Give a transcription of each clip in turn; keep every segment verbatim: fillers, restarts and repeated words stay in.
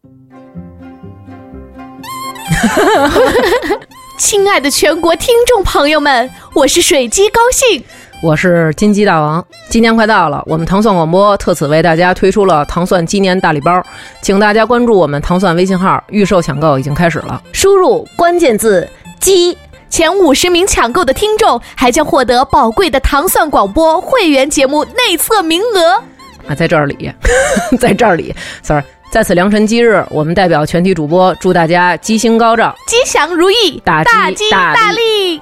亲爱的全国听众朋友们，我是水鸡高兴， 我是金鸡大王。今年快到了，我们糖蒜广播特此为大家推出了糖蒜鸡年大礼包，请大家关注我们糖蒜微信号，预售抢购已经开始了。 输入关键字鸡，前五十名抢购的听众还将获得宝贵的糖蒜广播会员节目内测名额啊，在这里在这里 sorry，在此良辰吉日，我们代表全体主播祝大家吉星高照， 吉祥如意， 大吉大, 大利。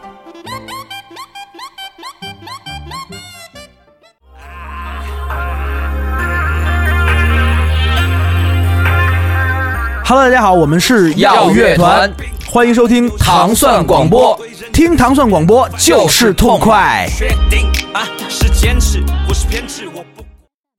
Hello， 大家好，我们是耀乐团， 欢迎收听糖蒜广播， 听糖蒜广播就是痛快。 确定啊，是坚持，不是偏执，我不。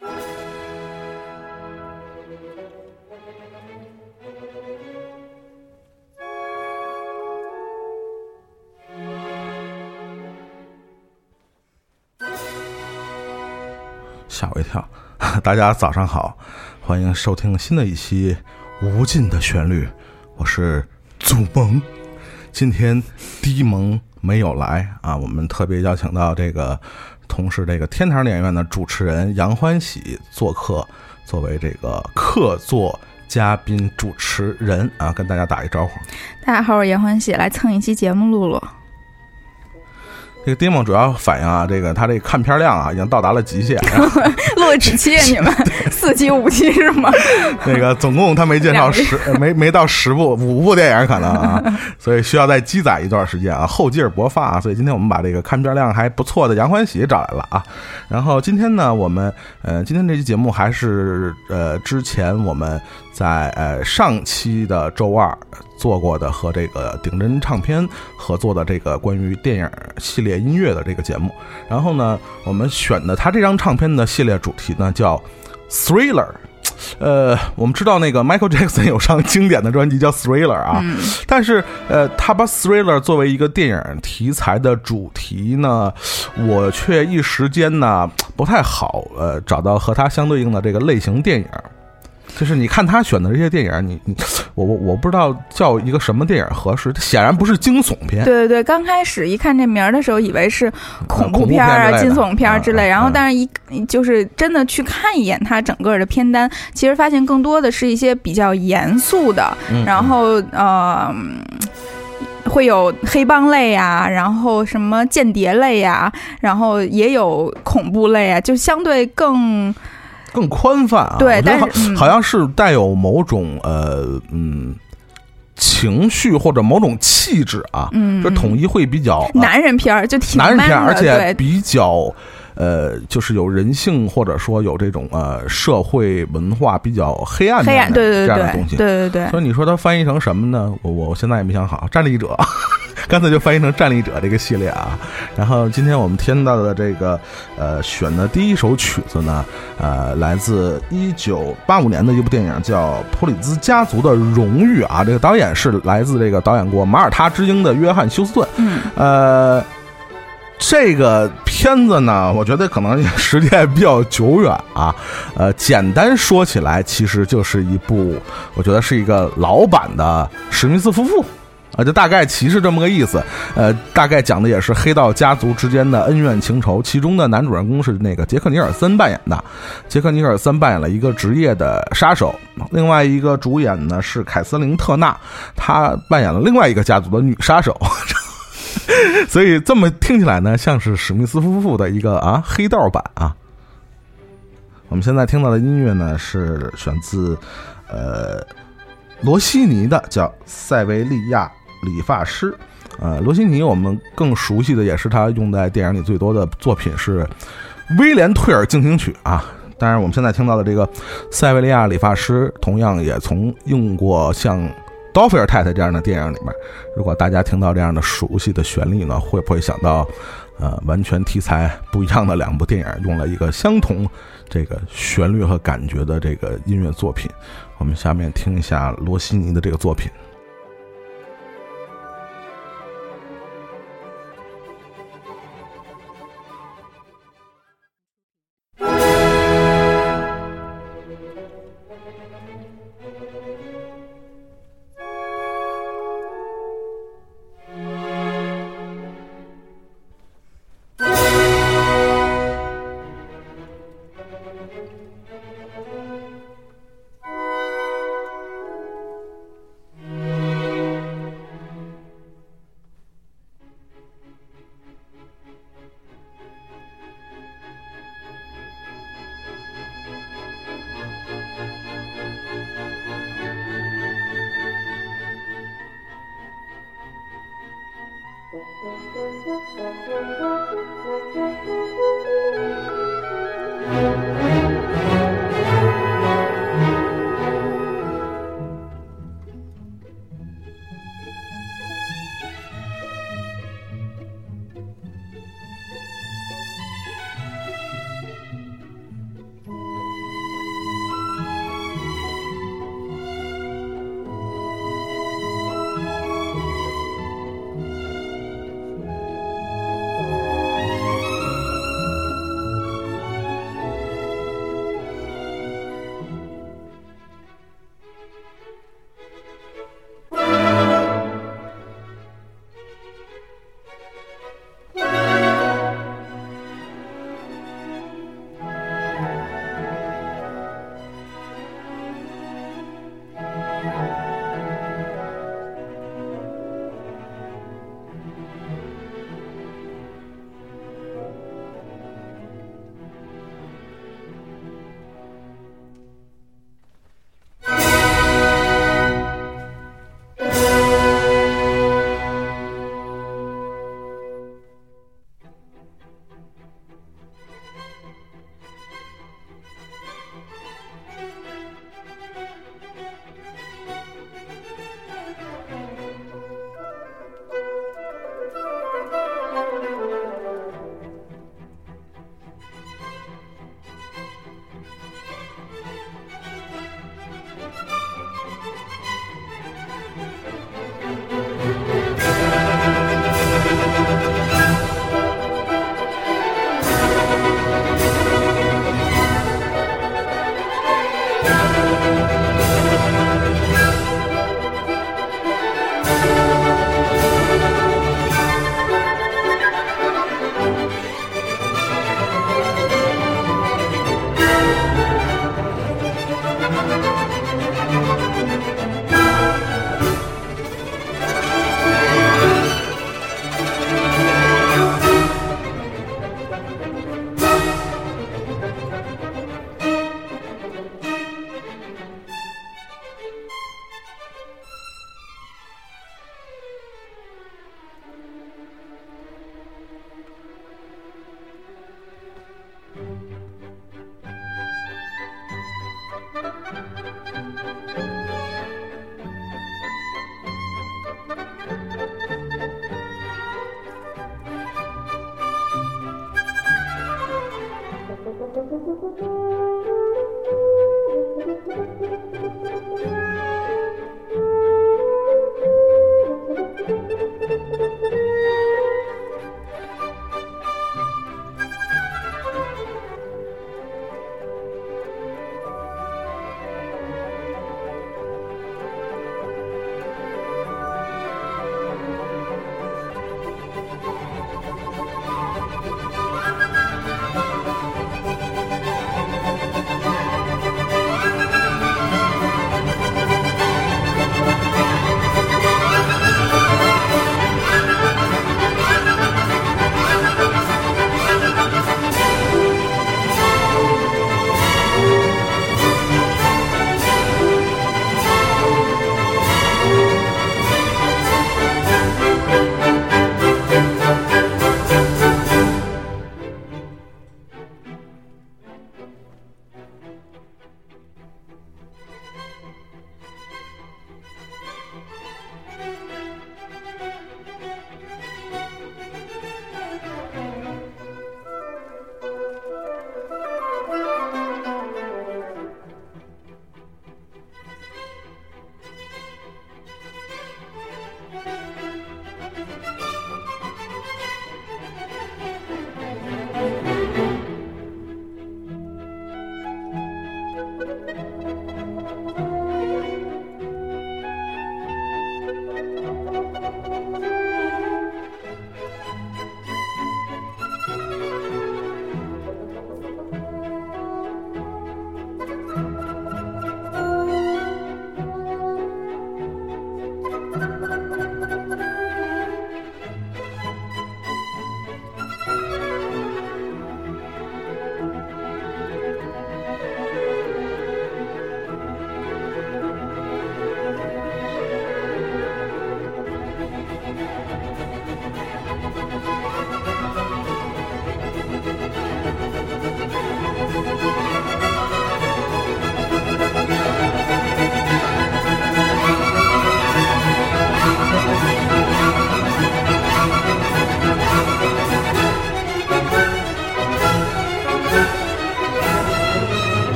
吓我一跳！大家早上好，欢迎收听新的一期无尽的旋律，我是祖萌。今天低萌没有来啊，我们特别邀请到这个同是这个天堂电影院的主持人杨欢喜做客，作为这个客座嘉宾主持人啊，跟大家打一招呼。 大家好，我是杨欢喜，来蹭一期节目录录。 这个 Demo 主要反映啊，这个他这个看片量啊已经到达了极限。 录了几期啊？你们四期五期是吗？ 那个总共他没介绍十，没没到十部，五部电影可能啊，所以需要再积攒一段时间啊，后劲儿勃发啊。所以今天我们把这个看片量还不错的杨欢喜找来了啊。然后今天呢，我们呃今天这期节目还是呃之前我们在呃上期的周二做过的和这个顶真唱片合作的这个关于电影系列音乐的这个节目，然后呢，我们选的他这张唱片的系列主题呢叫 Thriller。呃，我们知道那个 Michael Jackson 有张经典的专辑叫 Thriller 啊，嗯、但是呃，他把 Thriller 作为一个电影题材的主题呢，我却一时间呢不太好呃找到和他相对应的这个类型电影。就是你看他选的这些电影，你你我我我不知道叫一个什么电影合适，它显然不是惊悚片。 对对对，刚开始一看这名儿的时候，以为是恐怖片啊、惊悚片之类，然后但是一就是真的去看一眼它整个的片单，其实发现更多的是一些比较严肃的，然后呃。会有黑帮类啊，然后什么间谍类啊，然后也有恐怖类啊，就相对更更宽泛啊。 对，但是、 嗯、好像是带有某种呃嗯情绪或者某种气质啊，嗯，这统一会比较、 呃、男人片就挺男人片，而且比较。呃，就是有人性或者说有这种呃社会文化比较黑暗面的这样的东西， 对对对。 所以你说它翻译成什么呢？我我现在也没想好。战力者，干脆就翻译成战力者这个系列啊。然后今天我们听到的这个呃选的第一首曲子呢，呃，来自一九八五年的一部电影叫《普里兹家族的荣誉》啊。这个导演是来自这个导演过《马耳他之鹰》的约翰休斯顿。嗯，呃。这个片子呢，我觉得可能时间比较久远啊，呃，简单说起来，其实就是一部，我觉得是一个老版的史密斯夫妇。啊，就大概其实这么个意思，呃，大概讲的也是黑道家族之间的恩怨情仇，其中的男主人公是那个杰克尼尔森扮演的，杰克尼尔森扮演了一个职业的杀手，另外一个主演呢是凯瑟琳特纳，她扮演了另外一个家族的女杀手。所以这么听起来呢，像是史密斯夫妇的一个啊黑道版啊。我们现在听到的音乐呢是选自呃罗西尼的，叫塞维利亚理发师。呃，罗西尼我们更熟悉的也是他用在电影里最多的作品是威廉退尔进行曲啊。当然我们现在听到的这个塞维利亚理发师同样也从用过像刀菲尔太太这样的电影里面，如果大家听到这样的熟悉的旋律呢，会不会想到呃完全题材不一样的两部电影用了一个相同这个旋律和感觉的这个音乐作品？我们下面听一下罗西尼的这个作品。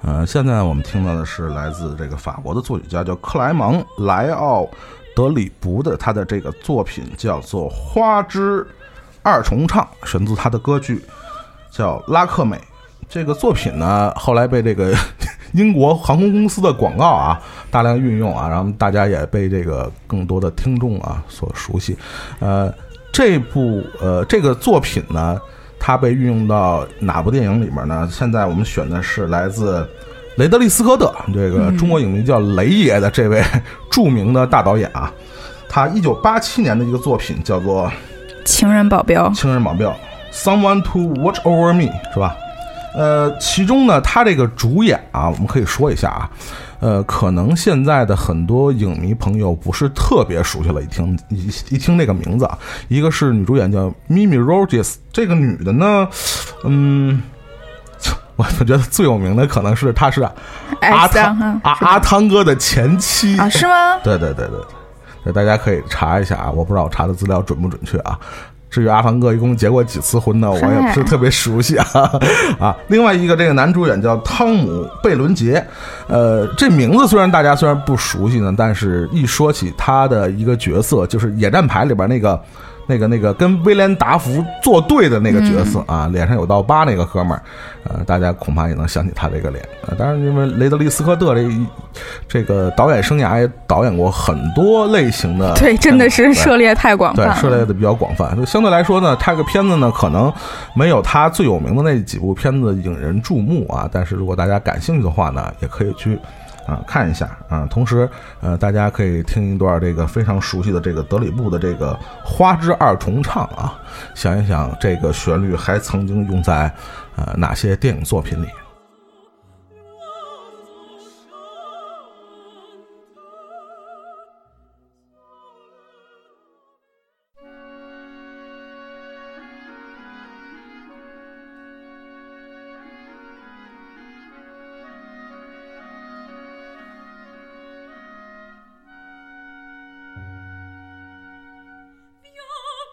呃，现在我们听到的是来自这个法国的作曲家叫克莱芒·莱奥德里布的，他的这个作品叫做《花之二重唱》，选自他的歌剧叫《拉克美》。这个作品呢，后来被这个英国航空公司的广告啊大量运用啊，然后大家也被这个更多的听众啊所熟悉。呃，这部呃这个作品呢，它被运用到哪部电影里面呢？现在我们选的是来自雷德利·斯科特，这个中国影迷叫雷爷的这位著名的大导演啊，他一九八七年的一个作品叫做《 情人保镖》。 情人保镖 ，Someone to Watch Over Me， 是吧？呃，其中呢，他这个主演啊，我们可以说一下啊，呃，可能现在的很多影迷朋友不是特别熟悉了，一听一一听这个名字啊，一个是女主演叫 Mimi Rogers， 这个女的呢，嗯，我觉得最有名的可能是她是阿汤阿阿汤哥的前妻啊，是吗？ 对对对对对，大家可以查一下啊，我不知道我查的资料准不准确啊。至于阿汤哥一共结过几次婚呢，我也不是特别熟悉啊啊。另外一个这个男主演叫汤姆·贝伦杰，呃，这名字虽然大家虽然不熟悉呢，但是一说起他的一个角色，就是《野战排》里边那个。那个那个跟威廉达福作对的那个角色啊，嗯、脸上有道疤那个哥们儿，呃，大家恐怕也能想起他这个脸。呃，当然，因为雷德利·斯科特这这个导演生涯也导演过很多类型的， 对，真的是涉猎太广泛了， 对，涉猎的比较广泛。就相对来说呢，他这个片子呢，可能没有他最有名的那几部片子引人注目啊。但是如果大家感兴趣的话呢，也可以去。啊，看一下啊！同时，呃，大家可以听一段这个非常熟悉的这个德里布的这个《花之二重唱》啊，想一想这个旋律还曾经用在呃哪些电影作品里。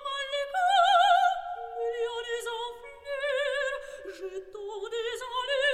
Jetons des enlèves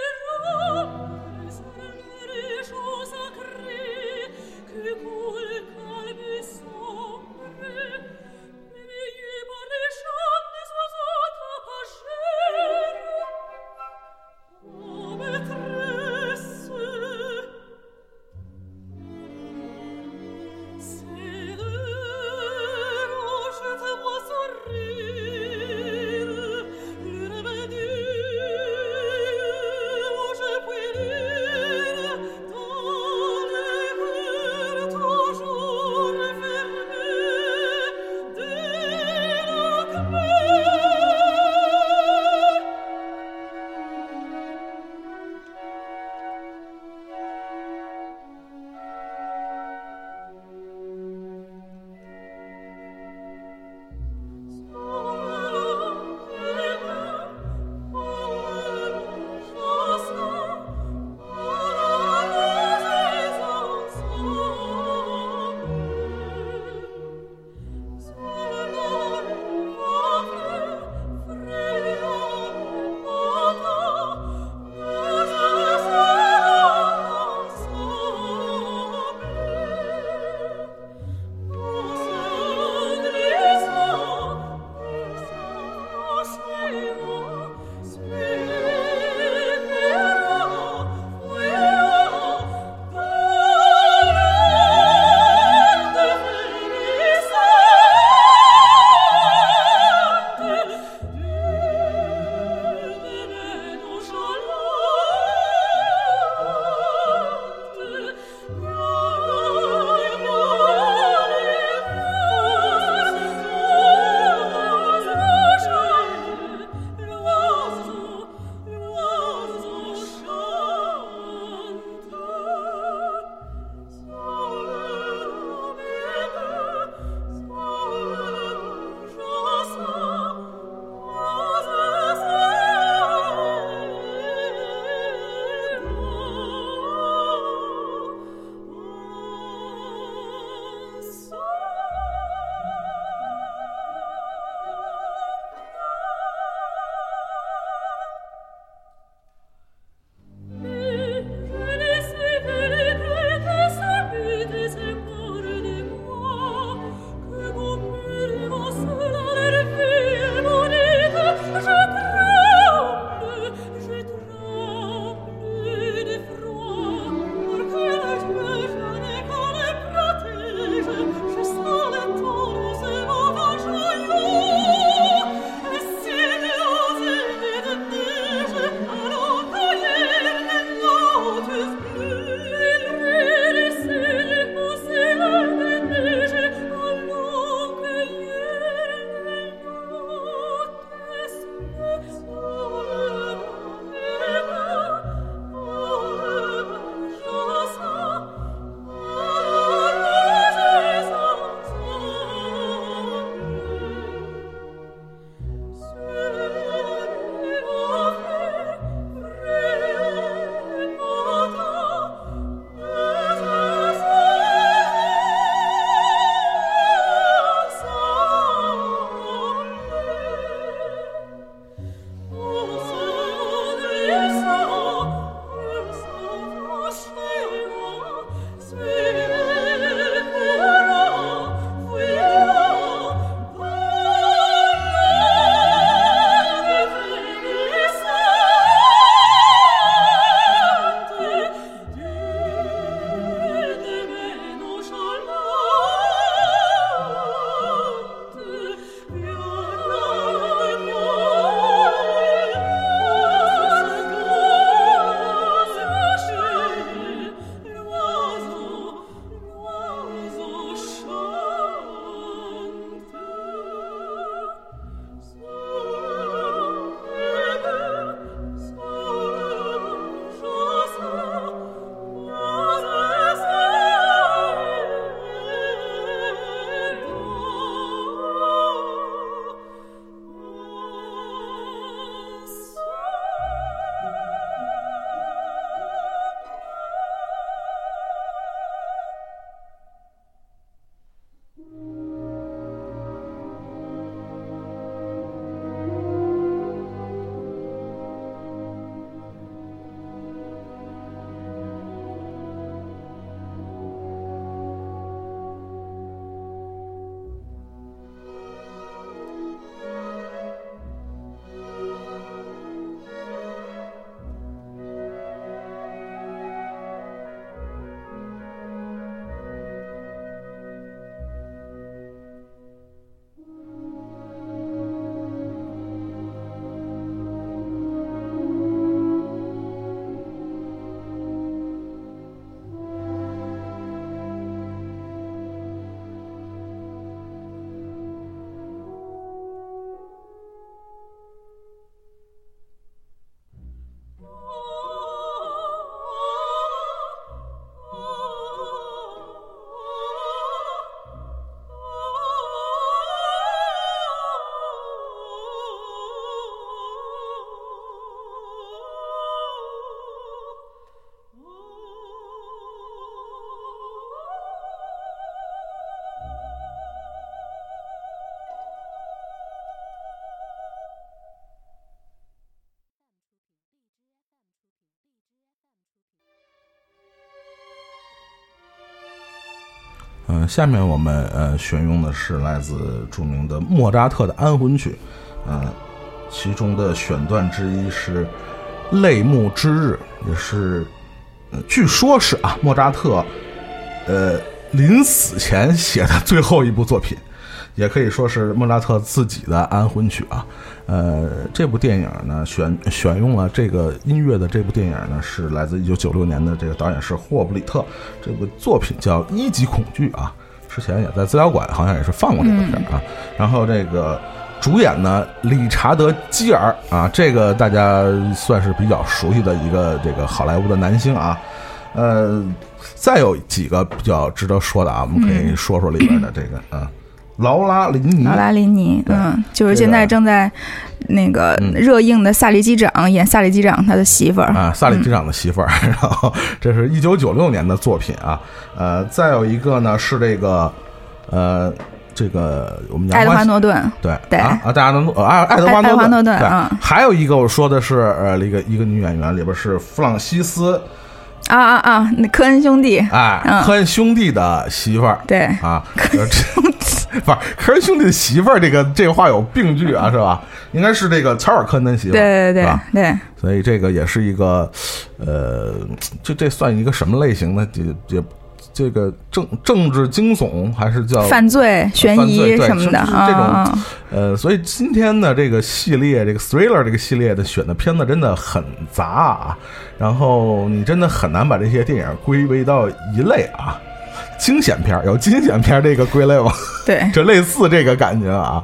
嗯、呃，下面我们呃选用的是来自著名的莫扎特的安魂曲，呃，其中的选段之一是《泪目之日》，也是、呃、据说是啊莫扎特呃临死前写的最后一部作品。也可以说是莫扎特自己的安魂曲啊，呃，这部电影呢选选用了这个音乐的这部电影呢是来自一九九六年的这个导演是霍布里特，这部作品叫《一级恐惧》啊，之前也在资料馆好像也是放过这个片啊，嗯、然后这个主演呢理查德基尔啊，这个大家算是比较熟悉的一个这个好莱坞的男星啊，呃，再有几个比较值得说的啊，我们可以说说里边的这个啊。嗯劳拉林尼， 劳拉林尼，嗯，就是现在正在那个热映的萨利机长、嗯、演萨利机长他的媳妇儿啊，萨利机长的媳妇儿。嗯、然后这是一九九六年的作品啊，呃，再有一个呢是这个呃。这个我们爱德华诺顿， 对对啊，大家能呃爱爱德华诺顿， 诺顿对、嗯， 还有一个我说的是呃一个一个女演员里边是弗朗西斯。 啊啊啊！那科恩兄弟， 哎，嗯、科恩兄弟的媳妇儿， 对啊，不是科恩兄弟的媳妇儿，这个这个话有病句啊，是吧？应该是这个乔尔科恩的媳妇儿， 对对对对。 所以这个也是一个，呃，这这算一个什么类型呢？也也。这个政政治惊悚还是叫犯罪悬疑什么的这种、啊、呃，所以今天的这个系列，这个 thriller 这个系列的选的片子真的很杂啊，然后你真的很难把这些电影归为到一类啊。惊险片有惊险片这个归类吗？ 对， 这类似这个感觉啊。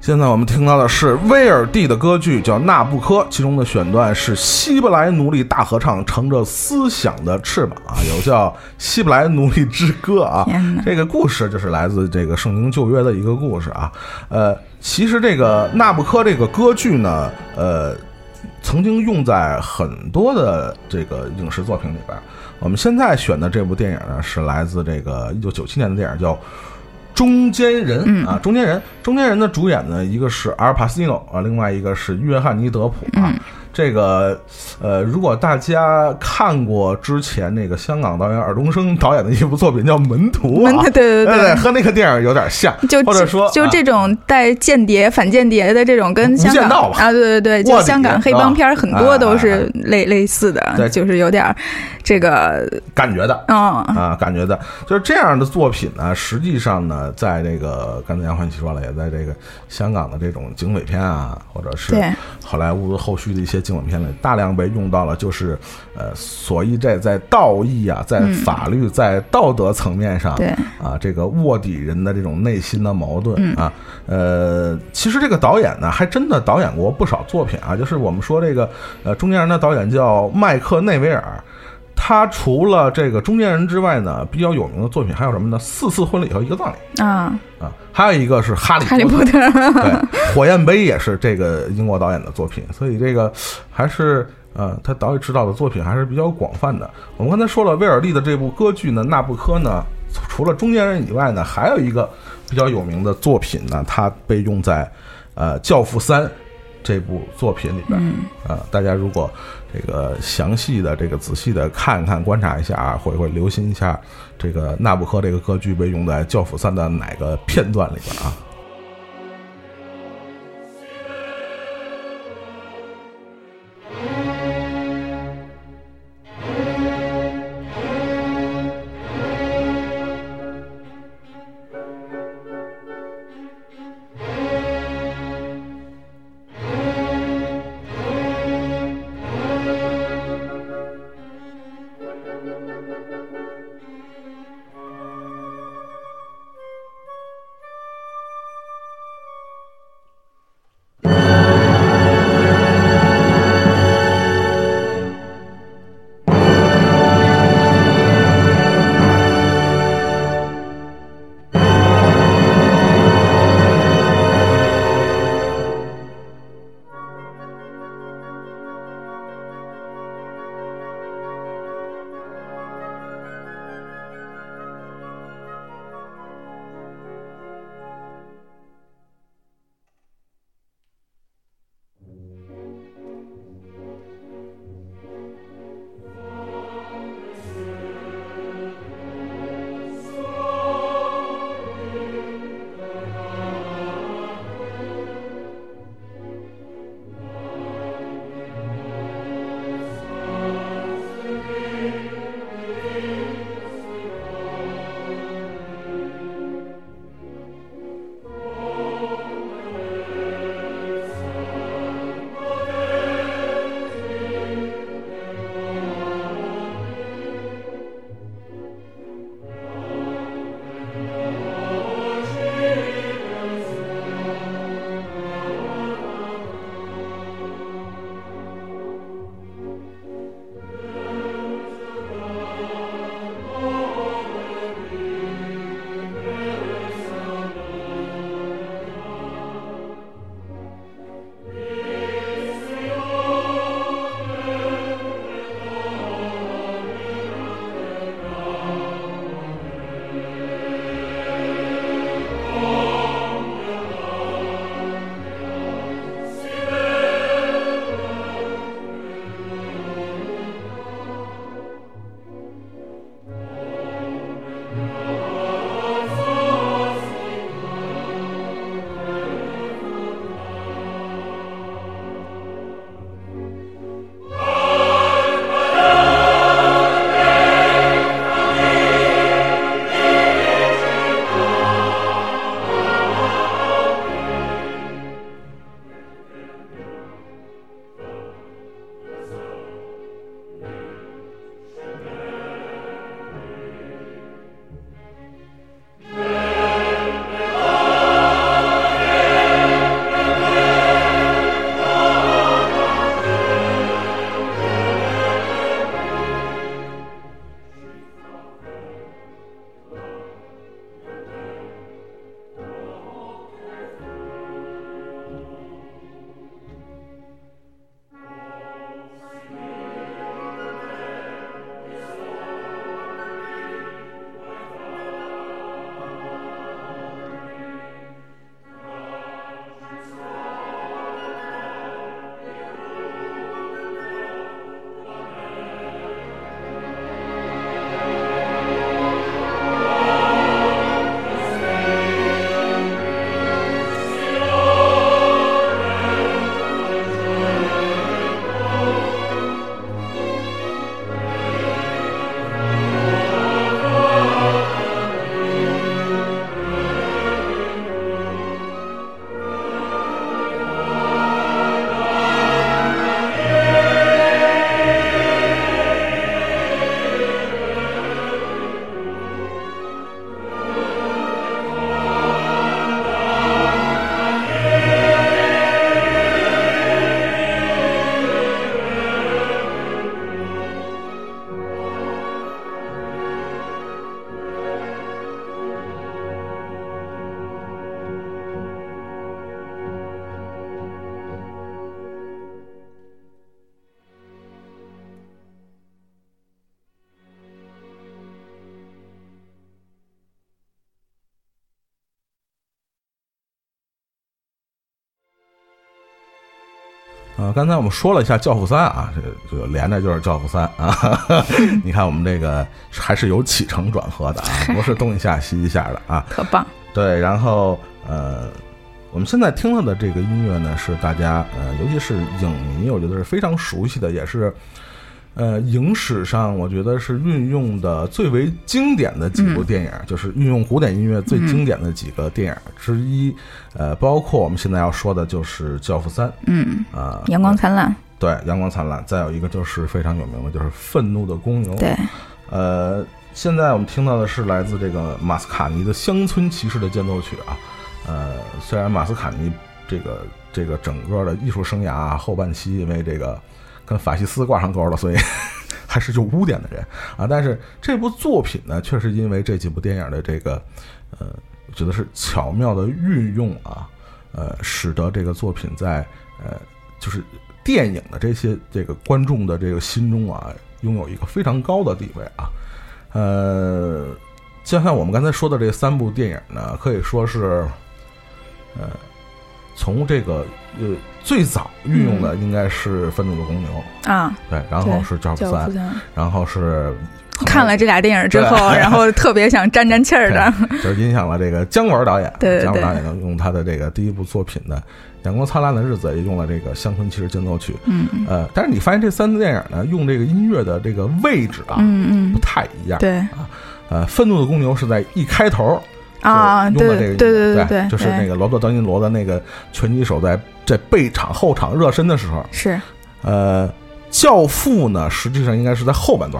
现在我们听到的是威尔第的歌剧叫《纳布科》，其中的选段是希伯来奴隶大合唱，乘着思想的翅膀啊，有叫《希伯来奴隶之歌》啊。这个故事就是来自这个圣经旧约的一个故事啊。呃，其实这个纳布科这个歌剧呢，呃，曾经用在很多的这个影视作品里边。我们现在选的这部电影呢，是来自这个一九九七年的电影叫中间人啊，中间人，中间人的主演呢，一个是阿尔帕西诺啊，另外一个是约翰尼德普啊。嗯、这个呃，如果大家看过之前那个香港导演尔冬升导演的一部作品叫《门徒》啊， 对对 对, 对，和那个电影有点像， 就或者说就这种带间谍、啊、反间谍的这种，跟香港啊，对对对，就香港黑帮片很多都是类、啊、类似的，对，就是有点这个感觉的， 嗯啊，感觉的，就是这样的作品呢，实际上呢。在这个刚才杨欢喜说了，也在这个香港的这种警匪片啊，或者是好莱坞后续的一些警匪片里，大量被用到了，就是呃，所以在在道义啊，在法律、嗯、在道德层面上，对啊，这个卧底人的这种内心的矛盾啊，呃，其实这个导演呢，还真的导演过不少作品啊，就是我们说这个呃，中间人的导演叫麦克内维尔。他除了这个中间人之外呢，比较有名的作品还有什么呢？四次婚礼和一个葬礼啊啊，还有一个是哈利哈利波特， 对，火焰杯也是这个英国导演的作品，所以这个还是呃，他导演指导的作品还是比较广泛的。我们刚才说了，威尔第的这部歌剧呢，《纳布科》呢，除了中间人以外呢，还有一个比较有名的作品呢，它被用在呃《教父三》这部作品里边啊、嗯呃，大家如果这个详细的、这个仔细的看看、观察一下啊，会会留心一下这个纳布科这个歌剧被用在《教父三》的哪个片段里边啊？ 呃，刚才我们说了一下《教父三》啊，这就连着就是《教父三》啊。你看我们这个还是有起承转合的啊，不是东一下西一下的啊， 特棒。 对，然后呃，我们现在听到的这个音乐呢，是大家呃，尤其是影迷，我觉得是非常熟悉的，也是呃，影史上我觉得是运用的最为经典的几部电影，嗯、就是运用古典音乐最经典的几个电影之一。嗯、呃，包括我们现在要说的就是《教父三》， 嗯啊、呃， 阳光灿烂， 对，阳光灿烂。再有一个就是非常有名的，就是《愤怒的公牛》。 对， 呃，现在我们听到的是来自这个马斯卡尼的《乡村骑士》的间奏曲啊。呃，虽然马斯卡尼这个这个整个的艺术生涯、啊、后半期因为这个跟法西斯挂上钩了，所以还是有污点的人啊。但是这部作品呢，确实因为这几部电影的这个呃，我觉得是巧妙的运用啊，呃，使得这个作品在呃，就是电影的这些这个观众的这个心中啊，拥有一个非常高的地位啊。呃，就像我们刚才说的这三部电影呢，可以说是呃，从这个呃最早运用的应该是《愤怒的公牛》 啊， 对，然后是《教父三》，然后是看了这俩电影之后，然后特别想沾沾气儿的， 就是影响了这个姜文导演。 对对对， 姜文导演用他的这个第一部作品的《阳光灿烂的日子》也用了这个《乡村骑士间奏曲》。 嗯， 呃，但是你发现这三部电影呢，用这个音乐的这个位置啊， 嗯嗯， 不太一样。 对啊，呃，《愤怒的公牛》是在一开头。 啊， 用的这个对对对对，就是那个罗伯特·德尼罗的那个拳击手在在备场后场热身的时候是， 呃，教父呢实际上应该是在后半段，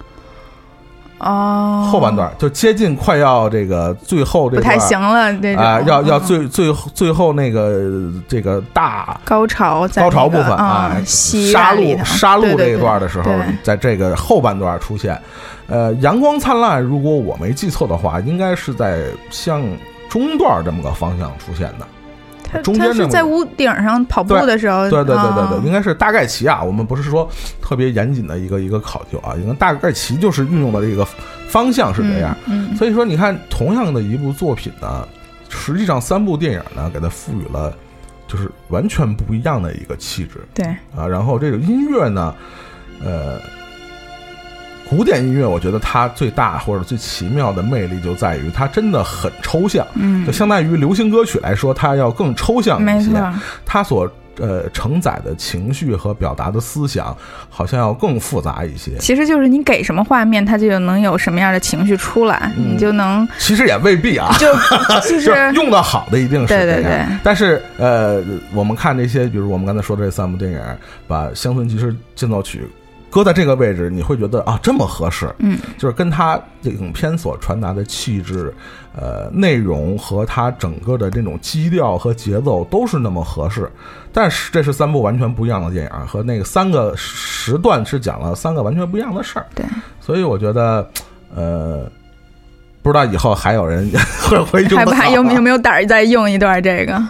哦， 后半段就接近快要这个最后这个不太行了，这啊、呃，要要最最最后那个这个大高潮在、 那个、高潮部分啊， 呃、杀戮杀戮这一段的时候，在这个后半段出现。呃，阳光灿烂，如果我没记错的话，应该是在向中段这么个方向出现的。 他中间他是在屋顶上跑步的时候， 对对对对对， 哦、 应该是大概齐啊。我们不是说特别严谨的一个一个考究啊，应该大概齐就是运用的这个方向是这样。 嗯，嗯所以说你看，同样的一部作品呢，实际上三部电影呢，给它赋予了就是完全不一样的一个气质。 对啊，然后这个音乐呢，呃。古典音乐，我觉得它最大或者最奇妙的魅力就在于它真的很抽象， 嗯， 就相当于流行歌曲来说，它要更抽象一些， 没错， 它所呃承载的情绪和表达的思想好像要更复杂一些。 其实就是你给什么画面，它就能有什么样的情绪出来，嗯、你就能。 其实也未必啊， 就其实用的好的一定是这样， 对对对。 但是呃，我们看这些，比如我们刚才说的这三部电影，把《乡村骑士间奏曲》搁在这个位置，你会觉得啊，这么合适， 嗯， 就是跟他影片所传达的气质、呃内容和他整个的这种基调和节奏都是那么合适。但是这是三部完全不一样的电影，和那个三个时段是讲了三个完全不一样的事儿。 对， 所以我觉得，呃，不知道以后还有人会不会用， 还不还有有没有胆儿再用一段这个？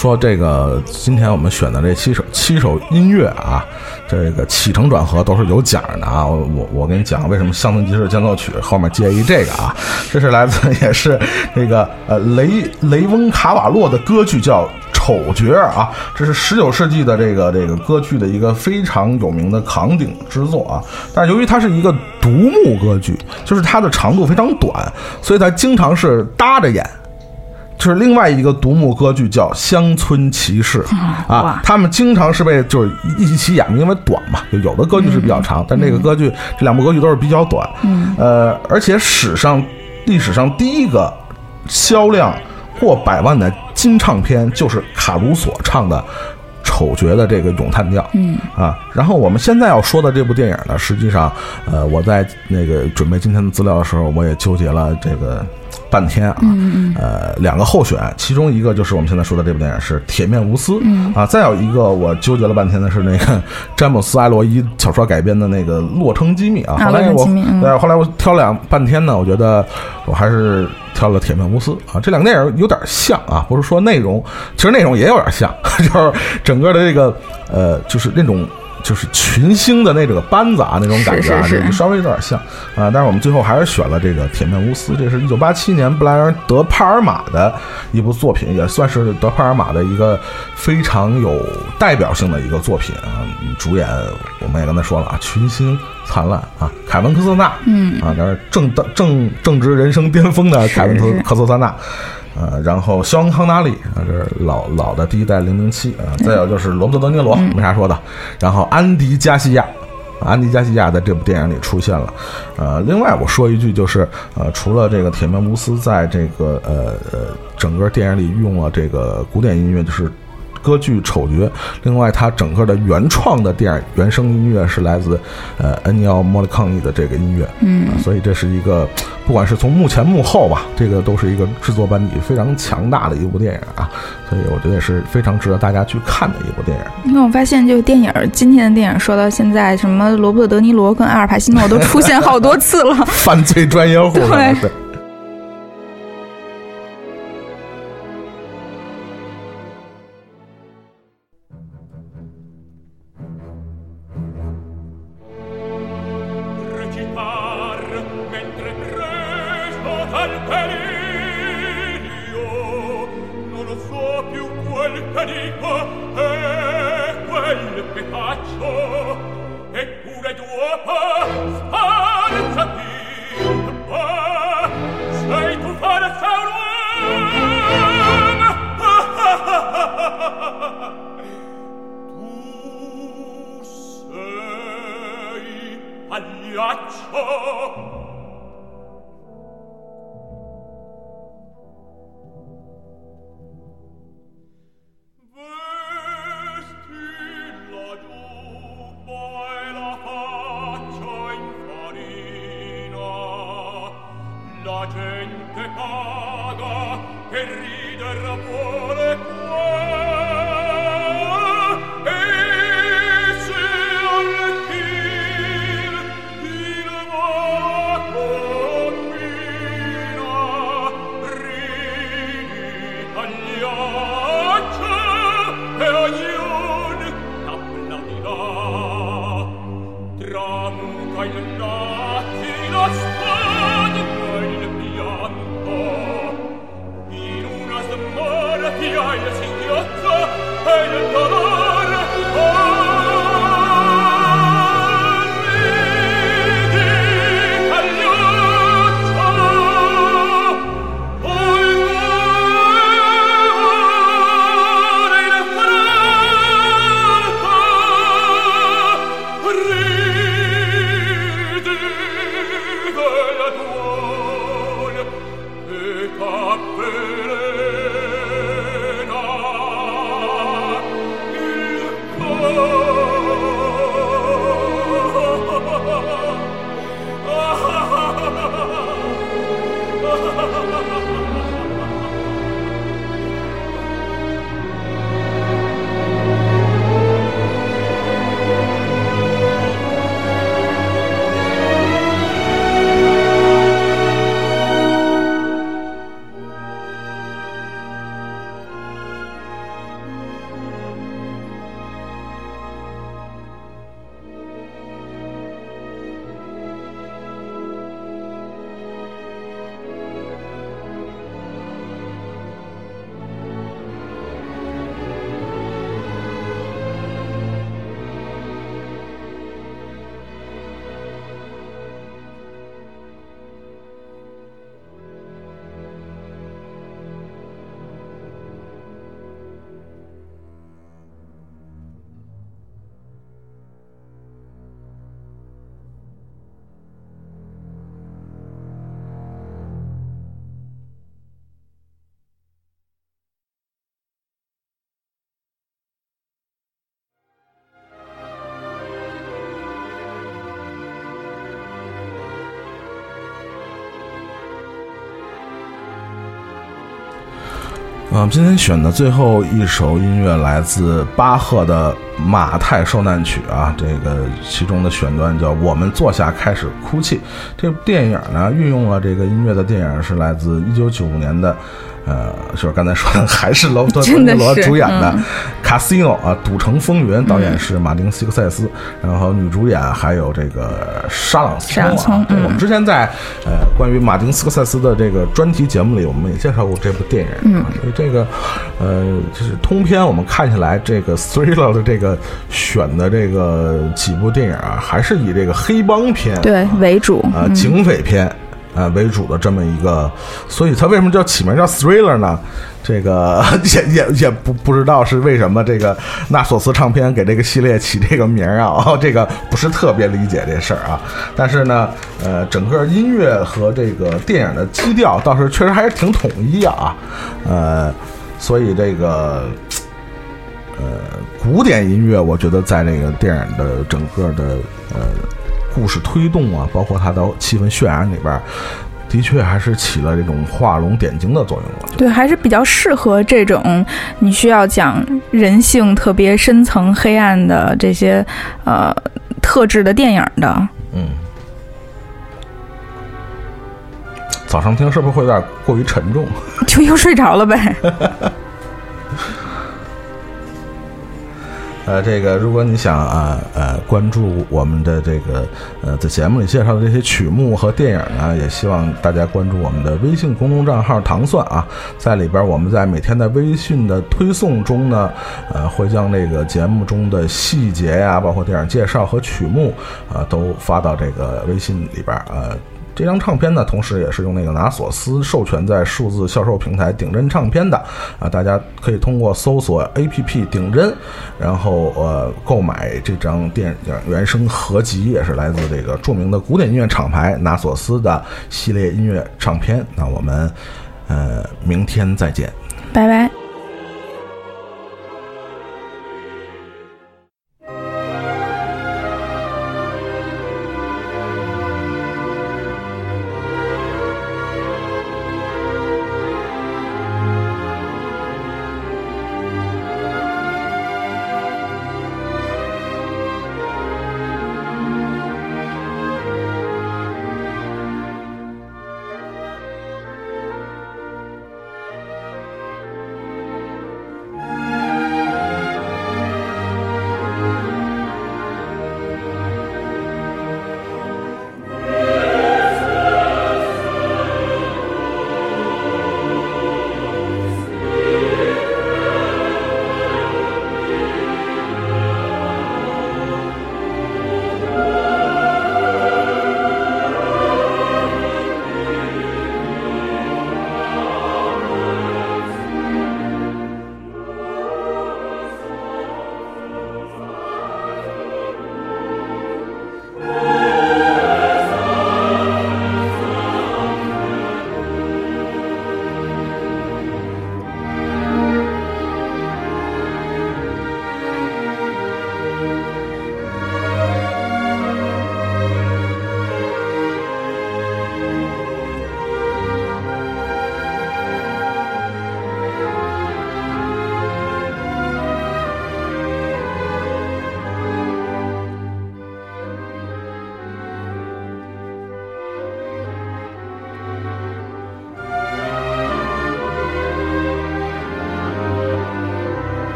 说这个今天我们选的这七首七首音乐啊，这个起承转合都是有讲的啊。我我我跟你讲，为什么乡村集市间奏曲后面接一这个啊？这是来自也是那个呃雷雷翁卡瓦洛的歌剧叫丑角啊，这是十九世纪的这个这个歌剧的一个非常有名的扛鼎之作啊。但是由于它是一个独幕歌剧，就是它的长度非常短，所以它经常是搭着演。就是另外一个独幕歌剧叫《乡村骑士》啊，他们经常是被就是一起演，因为短嘛，就有的歌剧是比较长，但这个歌剧这两部歌剧都是比较短。嗯，呃，而且史上历史上第一个销量过百万的金唱片就是卡鲁索唱的丑角的这个咏叹调。嗯啊，然后我们现在要说的这部电影呢，实际上呃我在那个准备今天的资料的时候，我也纠结了这个半天啊，嗯、呃，两个候选，其中一个就是我们现在说的这部电影是《铁面无私》，嗯、啊，再有一个我纠结了半天的是那个詹姆斯·艾洛伊小说改编的那个《洛城机密》啊。后来我，对、嗯，后来我挑两半天呢，我觉得我还是挑了《铁面无私》啊。这两个电影有点像啊，不是说内容，其实内容也有点像，就是整个的这个呃，就是那种。就是群星的那个班子啊，那种感觉啊，这就稍微有点像啊。但是我们最后还是选了这个《铁面无私》，这是一九八七年布莱恩·德帕尔玛的一部作品，也算是德帕尔玛的一个非常有代表性的一个作品啊。主演我们也刚才说了啊，群星灿烂啊，凯文·科瑟纳，嗯啊，这是正正正值人生巅峰的凯文·科瑟纳。呃，然后肖恩·康纳利啊，这是老老的第一代零零七啊，再有就是罗伯特·德尼罗，嗯、没啥说的。然后安迪·加西亚，安迪·加西亚在这部电影里出现了。呃，另外我说一句，就是呃，除了这个铁面无私，在这个呃呃整个电影里用了这个古典音乐，就是歌剧丑角。另外，它整个的原创的电影原声音乐是来自呃恩尼奥·莫里康尼的这个音乐，嗯、呃，所以这是一个不管是从幕前幕后吧，这个都是一个制作班底非常强大的一部电影啊，所以我觉得也是非常值得大家去看的一部电影。 因为我发现，这个电影今天的电影说到现在，什么罗伯特·德尼罗跟阿尔帕西诺都出现好多次了， 犯罪专业户，对。 Cappellena 嗯，今天选的最后一首音乐来自巴赫的《马太受难曲》啊，这个其中的选段叫《我们坐下开始哭泣》。这部电影呢，运用了这个音乐的电影是来自一九九五年的。呃，就是刚才说的，还是罗伯特·德尼罗主演的《卡西诺》啊，《赌城风云》，导演是马丁·西克塞斯，然后女主演还有这个沙朗斯聪啊。我们之前在呃关于马丁·斯科塞斯的这个专题节目里，我们也介绍过这部电影，嗯，所以这个呃就是通篇我们看起来，这个 thriller 的这个选的这个几部电影啊，还是以这个黑帮片对为主啊、呃，警匪片。呃，为主的这么一个，所以它为什么叫起名叫 thriller 呢？这个也也也不不知道是为什么这个纳索斯唱片给这个系列起这个名啊，哦，这个不是特别理解这事儿啊。但是呢，呃，整个音乐和这个电影的基调倒是确实还是挺统一啊，呃，所以这个。呃，古典音乐，我觉得在这个电影的整个的呃故事推动啊，包括它的气氛渲染里边，的确还是起了这种画龙点睛的作用了。 对，还是比较适合这种你需要讲人性特别深层黑暗的这些呃特质的电影的。 嗯，早上听是不是会有点过于沉重？ 就又睡着了呗。 呃，这个如果你想啊呃关注我们的这个呃在节目里介绍的这些曲目和电影呢，也希望大家关注我们的微信公众账号糖蒜啊，在里边我们在每天的微信的推送中呢，呃会将这个节目中的细节呀、啊，包括电影介绍和曲目啊、呃，都发到这个微信里边呃。这张唱片呢，同时也是用那个拿索斯授权在数字销售平台顶针唱片的啊，大家可以通过搜索 A P P 顶针，然后呃购买这张电影原声合集，也是来自这个著名的古典音乐厂牌拿索斯的系列音乐唱片。那我们呃明天再见， 拜拜。